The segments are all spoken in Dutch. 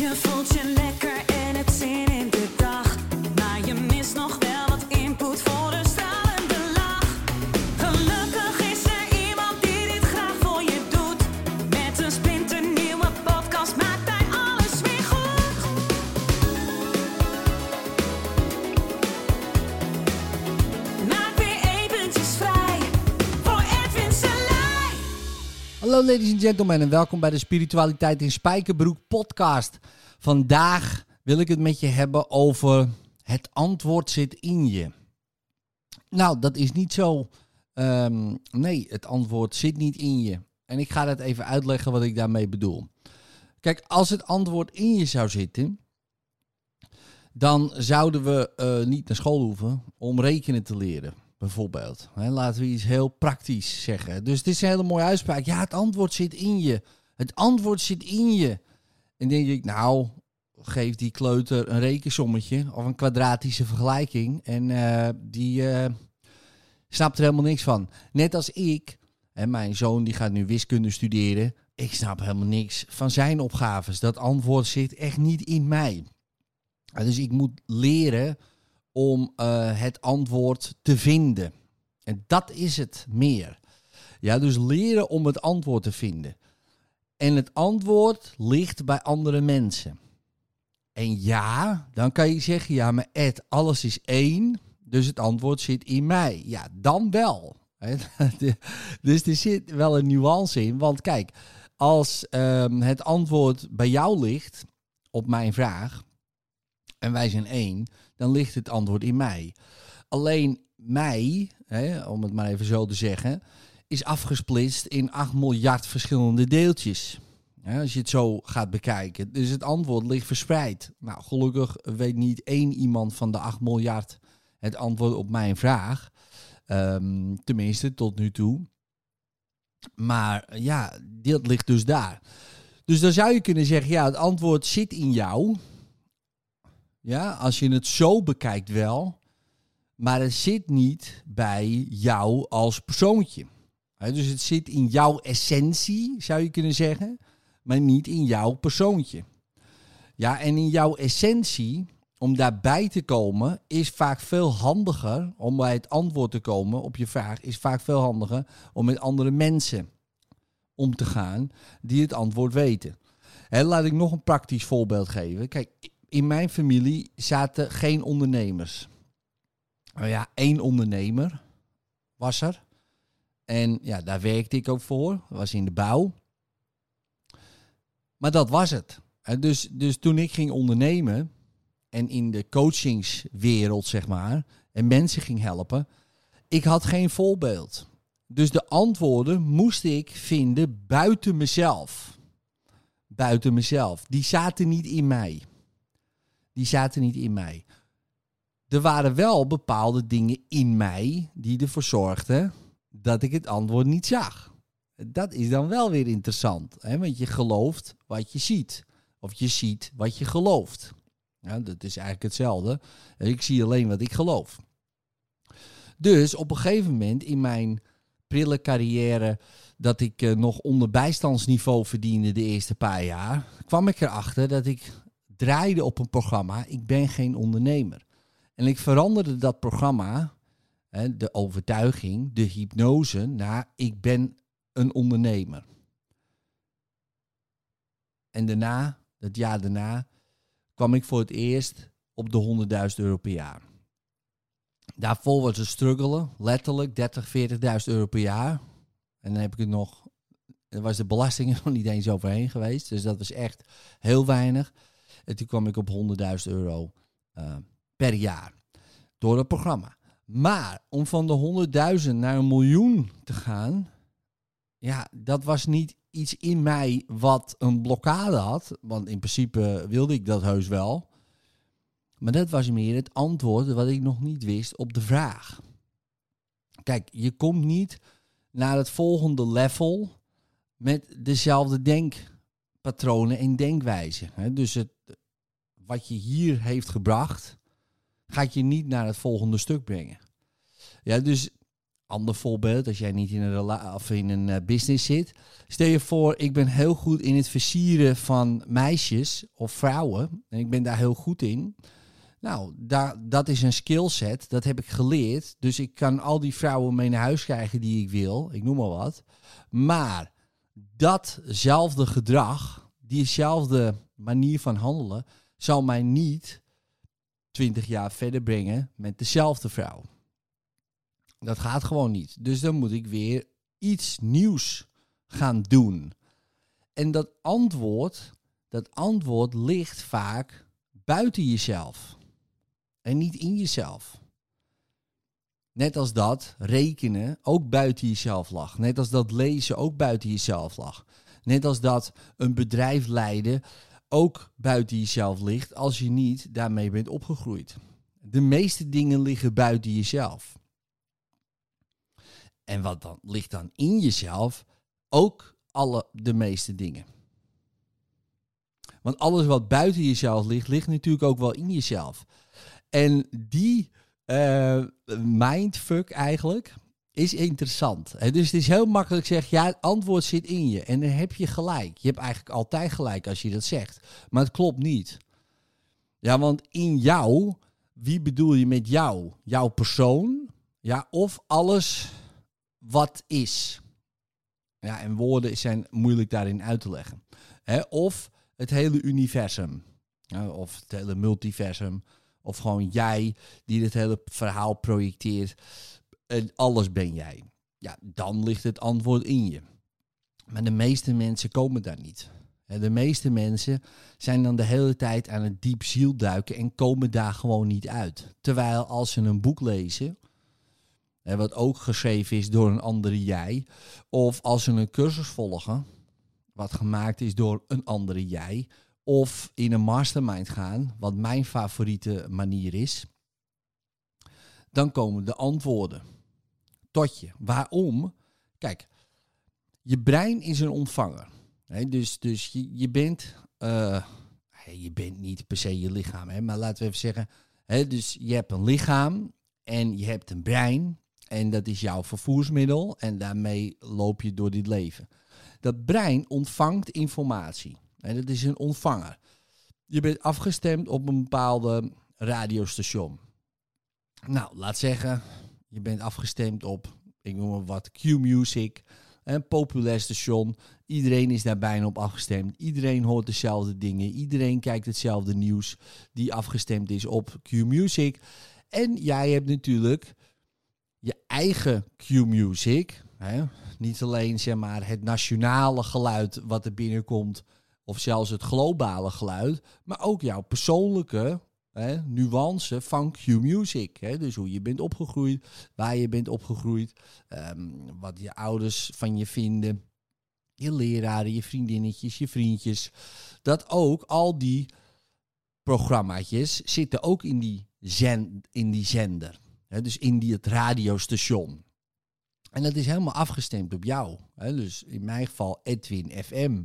Je voelt je lekker en het zin in de dag. Maar je mist nog wel wat input voor een stralende lach. Gelukkig is er iemand die dit graag voor je doet. Met een splinternieuwe podcast maakt hij alles weer goed. Maak weer eventjes vrij voor Edwin Selij. Hallo ladies and gentlemen en welkom bij de Spiritualiteit in Spijkerbroek podcast. Vandaag wil ik het met je hebben over het antwoord zit in je. Nou, dat is niet zo. Nee, het antwoord zit niet in je. En ik ga dat even uitleggen wat ik daarmee bedoel. Kijk, als het antwoord in je zou zitten, dan zouden we niet naar school hoeven om rekenen te leren. Bijvoorbeeld. Laten we iets heel praktisch zeggen. Dus het is een hele mooie uitspraak. Ja, het antwoord zit in je. Het antwoord zit in je. En dan denk ik, nou, geef die kleuter een rekensommetje of een kwadratische vergelijking. En die snapt er helemaal niks van. Net als ik, en mijn zoon die gaat nu wiskunde studeren. Ik snap helemaal niks van zijn opgaves. Dat antwoord zit echt niet in mij. Dus ik moet leren om het antwoord te vinden. En dat is het meer. Ja, dus leren om het antwoord te vinden. En het antwoord ligt bij andere mensen. En ja, dan kan je zeggen, ja, maar Ed, alles is één, dus het antwoord zit in mij. Ja, dan wel. Dus er zit wel een nuance in. Want kijk, als het antwoord bij jou ligt op mijn vraag, en wij zijn één, dan ligt het antwoord in mij. Alleen mij, om het maar even zo te zeggen, is afgesplitst in 8 miljard verschillende deeltjes. Als je het zo gaat bekijken. Dus het antwoord ligt verspreid. Nou, gelukkig weet niet één iemand van de 8 miljard het antwoord op mijn vraag. Tenminste, tot nu toe. Maar ja, dit ligt dus daar. Dus dan zou je kunnen zeggen, ja, het antwoord zit in jou. Ja, als je het zo bekijkt wel. Maar het zit niet bij jou als persoontje. Dus het zit in jouw essentie, zou je kunnen zeggen. Maar niet in jouw persoontje. Ja, en in jouw essentie, om daarbij te komen, is vaak veel handiger, om bij het antwoord te komen op je vraag, is vaak veel handiger om met andere mensen om te gaan die het antwoord weten. Laat ik nog een praktisch voorbeeld geven. Kijk, in mijn familie zaten geen ondernemers. Nou ja, 1 ondernemer was er. En ja, daar werkte ik ook voor. Dat was in de bouw. Maar dat was het. Dus toen ik ging ondernemen en in de coachingswereld, zeg maar, en mensen ging helpen, ik had geen voorbeeld. Dus de antwoorden moest ik vinden buiten mezelf. Buiten mezelf. Die zaten niet in mij. Die zaten niet in mij. Er waren wel bepaalde dingen in mij die ervoor zorgden dat ik het antwoord niet zag. Dat is dan wel weer interessant. Want je gelooft wat je ziet. Of je ziet wat je gelooft. Ja, dat is eigenlijk hetzelfde. Ik zie alleen wat ik geloof. Dus op een gegeven moment in mijn prille carrière, dat ik nog onder bijstandsniveau verdiende de eerste paar jaar, kwam ik erachter dat ik draaide op een programma. Ik ben geen ondernemer. En ik veranderde dat programma, de overtuiging, de hypnose, naar ik ben een ondernemer. En daarna, het jaar daarna, kwam ik voor het eerst op de 100.000 euro per jaar. Daarvoor was het struggelen, letterlijk 30.000, 40.000 euro per jaar. En dan heb ik het nog, er was de belasting nog niet eens overheen geweest. Dus dat was echt heel weinig. En toen kwam ik op 100.000 euro per jaar. Door het programma. Maar om van de 100.000 naar 1 miljoen te gaan, ja, dat was niet iets in mij wat een blokkade had. Want in principe wilde ik dat heus wel. Maar dat was meer het antwoord wat ik nog niet wist op de vraag. Kijk, je komt niet naar het volgende level met dezelfde denkpatronen en denkwijzen. Dus wat je hier heeft gebracht, gaat je niet naar het volgende stuk brengen. Ja, dus Ander voorbeeld, als jij niet in een business zit. Stel je voor, ik ben heel goed in het versieren van meisjes of vrouwen. En ik ben daar heel goed in. Nou, dat is een skillset, dat heb ik geleerd. Dus ik kan al die vrouwen mee naar huis krijgen die ik wil. Ik noem maar wat. Maar datzelfde gedrag, diezelfde manier van handelen, zal mij niet 20 jaar verder brengen met dezelfde vrouw. Dat gaat gewoon niet. Dus dan moet ik weer iets nieuws gaan doen. En dat antwoord ligt vaak buiten jezelf. En niet in jezelf. Net als dat rekenen ook buiten jezelf lag. Net als dat lezen ook buiten jezelf lag. Net als dat een bedrijf leiden ook buiten jezelf ligt als je niet daarmee bent opgegroeid. De meeste dingen liggen buiten jezelf. En wat dan ligt dan in jezelf? Ook de meeste dingen. Want alles wat buiten jezelf ligt, ligt natuurlijk ook wel in jezelf. En die mindfuck eigenlijk is interessant. Dus het is heel makkelijk zeggen, ja, het antwoord zit in je. En dan heb je gelijk. Je hebt eigenlijk altijd gelijk als je dat zegt. Maar het klopt niet. Ja, want in jou, wie bedoel je met jou? Jouw persoon? Ja, of alles wat is. Ja, en woorden zijn moeilijk daarin uit te leggen. Of het hele universum. Of het hele multiversum. Of gewoon jij die het hele verhaal projecteert. En alles ben jij. Ja, dan ligt het antwoord in je. Maar de meeste mensen komen daar niet. De meeste mensen zijn dan de hele tijd aan het diep zielduiken en komen daar gewoon niet uit. Terwijl als ze een boek lezen, wat ook geschreven is door een andere jij, of als ze een cursus volgen, wat gemaakt is door een andere jij, of in een mastermind gaan, wat mijn favoriete manier is, dan komen de antwoorden tot je. Waarom? Kijk, je brein is een ontvanger. Dus je bent niet per se je lichaam, maar laten we even zeggen, dus je hebt een lichaam en je hebt een brein en dat is jouw vervoersmiddel en daarmee loop je door dit leven. Dat brein ontvangt informatie. Dat is een ontvanger. Je bent afgestemd op een bepaalde radiostation. Nou, laat zeggen, je bent afgestemd op, ik noem maar wat, Q-Music, een populair station. Iedereen is daar bijna op afgestemd. Iedereen hoort dezelfde dingen. Iedereen kijkt hetzelfde nieuws die afgestemd is op Q-Music. En jij hebt natuurlijk je eigen Q-Music. Niet alleen zeg maar het nationale geluid wat er binnenkomt, of zelfs het globale geluid, maar ook jouw persoonlijke nuance van Q-Music. Dus hoe je bent opgegroeid, waar je bent opgegroeid, wat je ouders van je vinden, je leraren, je vriendinnetjes, je vriendjes. Dat ook, al die programmaatjes zitten ook in die zender. Dus in het radiostation. En dat is helemaal afgestemd op jou. Dus in mijn geval Edwin FM.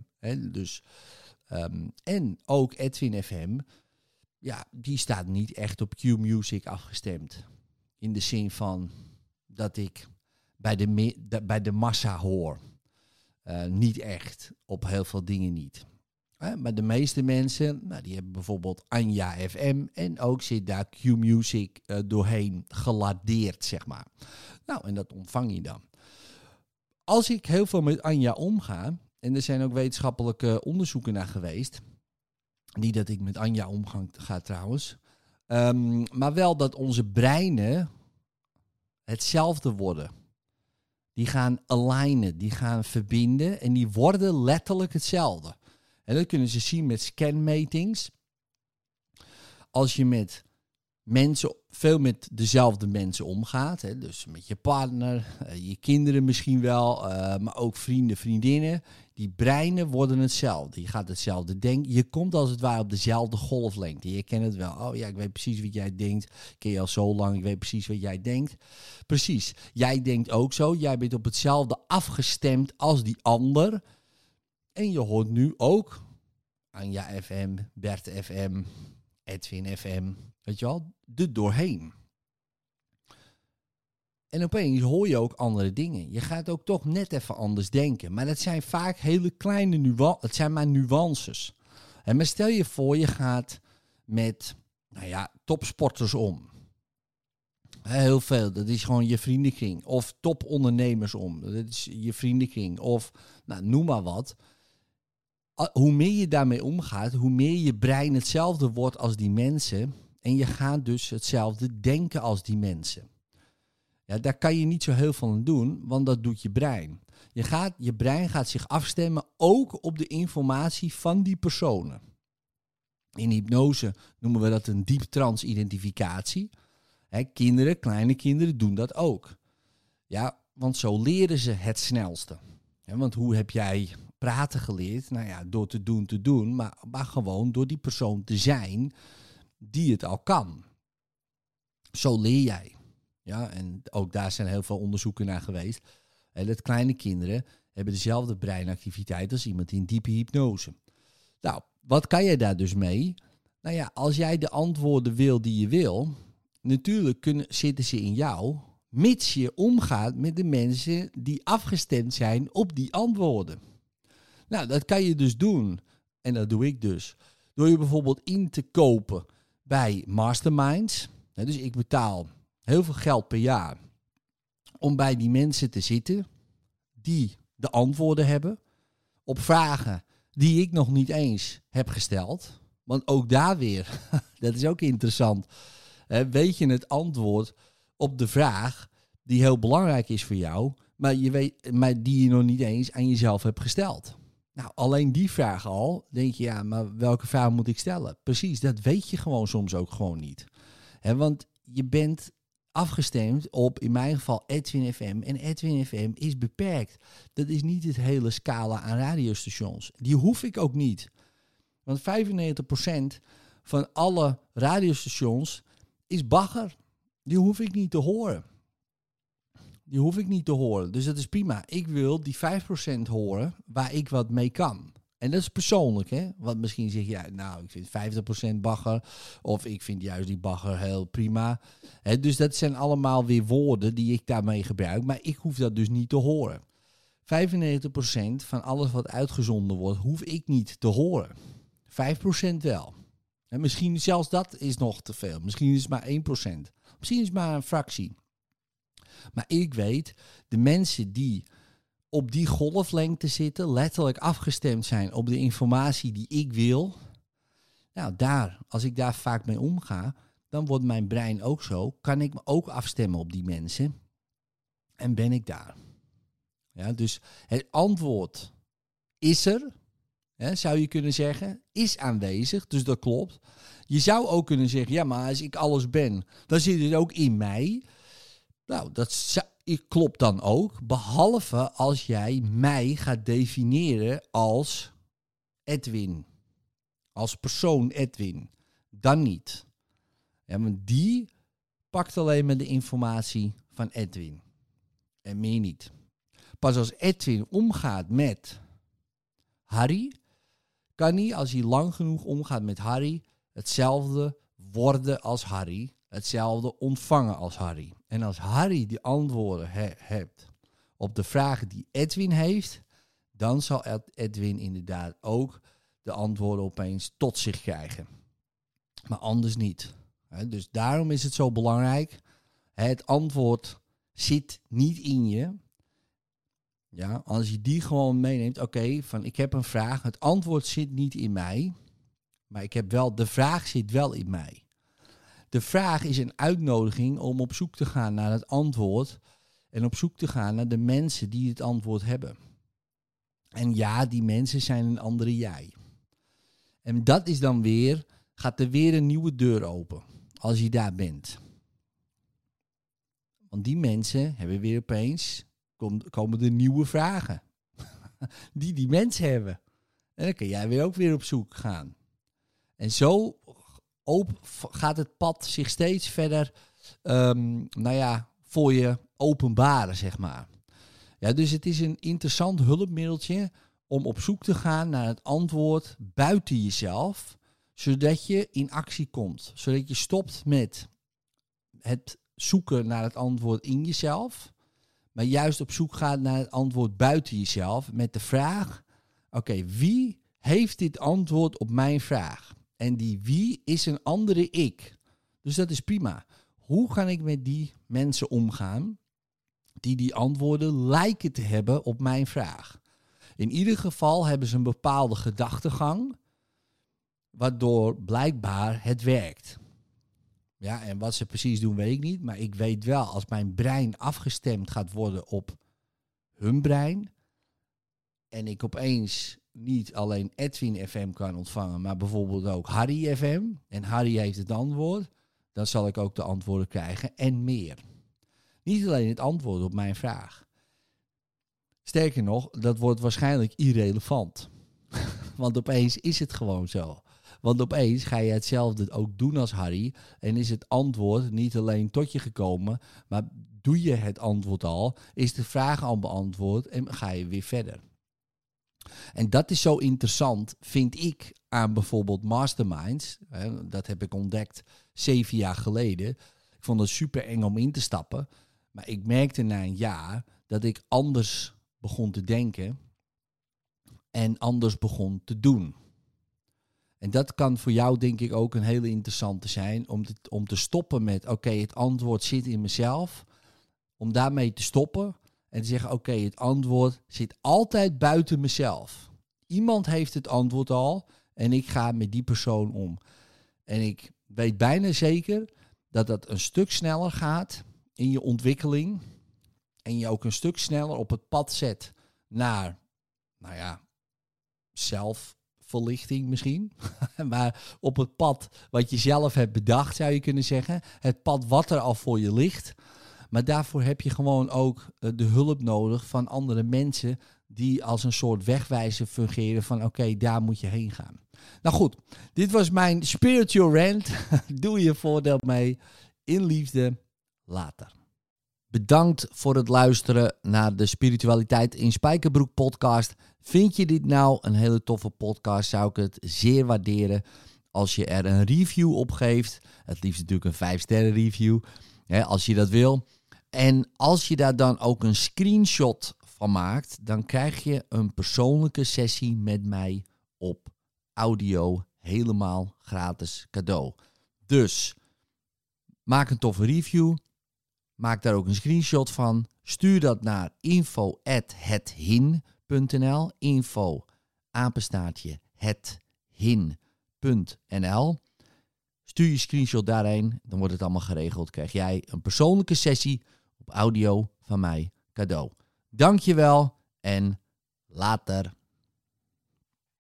En ook Edwin FM, ja, die staat niet echt op Q-Music afgestemd. In de zin van dat ik bij de massa hoor. Niet echt, op heel veel dingen niet. Maar de meeste mensen, die hebben bijvoorbeeld Anja FM en ook zit daar Q-Music doorheen geladeerd, zeg maar. Nou, en dat ontvang je dan. Als ik heel veel met Anja omga, en er zijn ook wetenschappelijke onderzoeken naar geweest, niet dat ik met Anja omga trouwens, maar wel dat onze breinen hetzelfde worden. Die gaan alignen, die gaan verbinden en die worden letterlijk hetzelfde. En dat kunnen ze zien met scanmetings. Als je met mensen, veel met dezelfde mensen omgaat, dus met je partner, je kinderen misschien wel, maar ook vrienden, vriendinnen, die breinen worden hetzelfde. Je gaat hetzelfde denken. Je komt als het ware op dezelfde golflengte. Je kent het wel. Oh ja, ik weet precies wat jij denkt. Ik ken je al zo lang. Ik weet precies wat jij denkt. Precies. Jij denkt ook zo. Jij bent op hetzelfde afgestemd als die ander. En je hoort nu ook Anja FM, Bert FM, Edwin FM. Weet je wel? Er doorheen. En opeens hoor je ook andere dingen. Je gaat ook toch net even anders denken. Maar dat zijn vaak hele kleine nuances. Het zijn maar nuances. En maar stel je voor, je gaat met topsporters om. Heel veel. Dat is gewoon je vriendenkring. Of topondernemers om. Dat is je vriendenkring. Of noem maar wat. Hoe meer je daarmee omgaat, hoe meer je brein hetzelfde wordt als die mensen. En je gaat dus hetzelfde denken als die mensen. Ja, daar kan je niet zo heel veel aan doen, want dat doet je brein. Je brein gaat zich afstemmen ook op de informatie van die personen. In hypnose noemen we dat een dieptrans-identificatie. Kinderen, kleine kinderen doen dat ook. Ja, want zo leren ze het snelste. Want hoe heb jij praten geleerd? Door te doen, maar gewoon door die persoon te zijn die het al kan. Zo leer jij. Ja, en ook daar zijn heel veel onderzoeken naar geweest. Dat kleine kinderen hebben dezelfde breinactiviteit als iemand in diepe hypnose. Nou, wat kan je daar dus mee? Als jij de antwoorden wil die je wil, natuurlijk zitten ze in jou, mits je omgaat met de mensen die afgestemd zijn op die antwoorden. Nou, dat kan je dus doen. En dat doe ik dus. Door je bijvoorbeeld in te kopen bij masterminds. Dus ik betaal heel veel geld per jaar om bij die mensen te zitten die de antwoorden hebben op vragen die ik nog niet eens heb gesteld. Want ook daar weer, dat is ook interessant. Weet je het antwoord op de vraag die heel belangrijk is voor jou, maar die je nog niet eens aan jezelf hebt gesteld? Nou, alleen die vraag al, denk je, maar welke vraag moet ik stellen? Precies, dat weet je gewoon soms ook gewoon niet. Want je bent afgestemd op, in mijn geval, Edwin FM. En Edwin FM is beperkt. Dat is niet het hele scala aan radiostations. Die hoef ik ook niet. Want 95% van alle radiostations is bagger. Die hoef ik niet te horen. Dus dat is prima. Ik wil die 5% horen waar ik wat mee kan. En dat is persoonlijk, hè. Want misschien zeg je, ik vind 50% bagger. Of ik vind juist die bagger heel prima. Dus dat zijn allemaal weer woorden die ik daarmee gebruik. Maar ik hoef dat dus niet te horen. 95% van alles wat uitgezonden wordt, hoef ik niet te horen. 5% wel. En misschien zelfs dat is nog te veel. Misschien is het maar 1%. Misschien is het maar een fractie. Maar ik weet, de mensen die op die golflengte zitten, letterlijk afgestemd zijn op de informatie die ik wil. Als ik daar vaak mee omga, dan wordt mijn brein ook zo. Kan ik me ook afstemmen op die mensen. En ben ik daar. Ja, dus het antwoord is er. Zou je kunnen zeggen, is aanwezig, dus dat klopt. Je zou ook kunnen zeggen, maar als ik alles ben, dan zit het ook in mij. Nou, dat klopt dan ook, behalve als jij mij gaat definiëren als Edwin. Als persoon Edwin. Dan niet. Ja, want die pakt alleen maar de informatie van Edwin. En meer niet. Pas als Edwin omgaat met Harry, kan hij, als hij lang genoeg omgaat met Harry, hetzelfde worden als Harry, hetzelfde ontvangen als Harry. En als Harry die antwoorden hebt op de vragen die Edwin heeft, dan zal Edwin inderdaad ook de antwoorden opeens tot zich krijgen. Maar anders niet. Dus daarom is het zo belangrijk. Het antwoord zit niet in je. Ja, als je die gewoon meeneemt, ik heb een vraag. Het antwoord zit niet in mij, maar de vraag zit wel in mij. De vraag is een uitnodiging om op zoek te gaan naar het antwoord en op zoek te gaan naar de mensen die het antwoord hebben. En ja, die mensen zijn een andere jij. En dat is dan weer, gaat er weer een nieuwe deur open als je daar bent. Want die mensen hebben weer opeens, komen er nieuwe vragen die mensen hebben. En dan kan jij weer ook weer op zoek gaan. En zo gaat het pad zich steeds verder voor je openbaren, zeg maar. Ja, dus het is een interessant hulpmiddeltje om op zoek te gaan naar het antwoord buiten jezelf, zodat je in actie komt. Zodat je stopt met het zoeken naar het antwoord in jezelf, maar juist op zoek gaat naar het antwoord buiten jezelf met de vraag, oké, wie heeft dit antwoord op mijn vraag? En die wie is een andere ik. Dus dat is prima. Hoe ga ik met die mensen omgaan die antwoorden lijken te hebben op mijn vraag? In ieder geval hebben ze een bepaalde gedachtegang, waardoor blijkbaar het werkt. Ja, en wat ze precies doen weet ik niet, maar ik weet wel, als mijn brein afgestemd gaat worden op hun brein, en ik opeens niet alleen Edwin FM kan ontvangen, maar bijvoorbeeld ook Harry FM, en Harry heeft het antwoord, dan zal ik ook de antwoorden krijgen en meer. Niet alleen het antwoord op mijn vraag. Sterker nog, dat wordt waarschijnlijk irrelevant. Want opeens is het gewoon zo. Want opeens ga je hetzelfde ook doen als Harry en is het antwoord niet alleen tot je gekomen, maar doe je het antwoord al, is de vraag al beantwoord en ga je weer verder. En dat is zo interessant, vind ik, aan bijvoorbeeld masterminds. Dat heb ik ontdekt 7 jaar geleden. Ik vond het super eng om in te stappen. Maar ik merkte na een jaar dat ik anders begon te denken en anders begon te doen. En dat kan voor jou denk ik ook een hele interessante zijn om te stoppen met, oké, het antwoord zit in mezelf. Om daarmee te stoppen en te zeggen, oké, het antwoord zit altijd buiten mezelf. Iemand heeft het antwoord al en ik ga met die persoon om. En ik weet bijna zeker dat dat een stuk sneller gaat in je ontwikkeling. En je ook een stuk sneller op het pad zet naar, zelfverlichting misschien. Maar op het pad wat je zelf hebt bedacht, zou je kunnen zeggen. Het pad wat er al voor je ligt. Maar daarvoor heb je gewoon ook de hulp nodig van andere mensen die als een soort wegwijzer fungeren van oké, daar moet je heen gaan. Nou goed, dit was mijn spiritual rant. Doe je voordeel mee. In liefde, later. Bedankt voor het luisteren naar de Spiritualiteit in Spijkerbroek podcast. Vind je dit nou een hele toffe podcast, zou ik het zeer waarderen als je er een review op geeft. Het liefst natuurlijk een 5-sterren review, als je dat wil. En als je daar dan ook een screenshot van maakt, dan krijg je een persoonlijke sessie met mij op audio, helemaal gratis cadeau. Dus maak een toffe review, maak daar ook een screenshot van, stuur dat naar info@hethin.nl, info@hethin.nl. Stuur je screenshot daarheen, dan wordt het allemaal geregeld. Krijg jij een persoonlijke sessie op audio van mij cadeau. Dankjewel en later.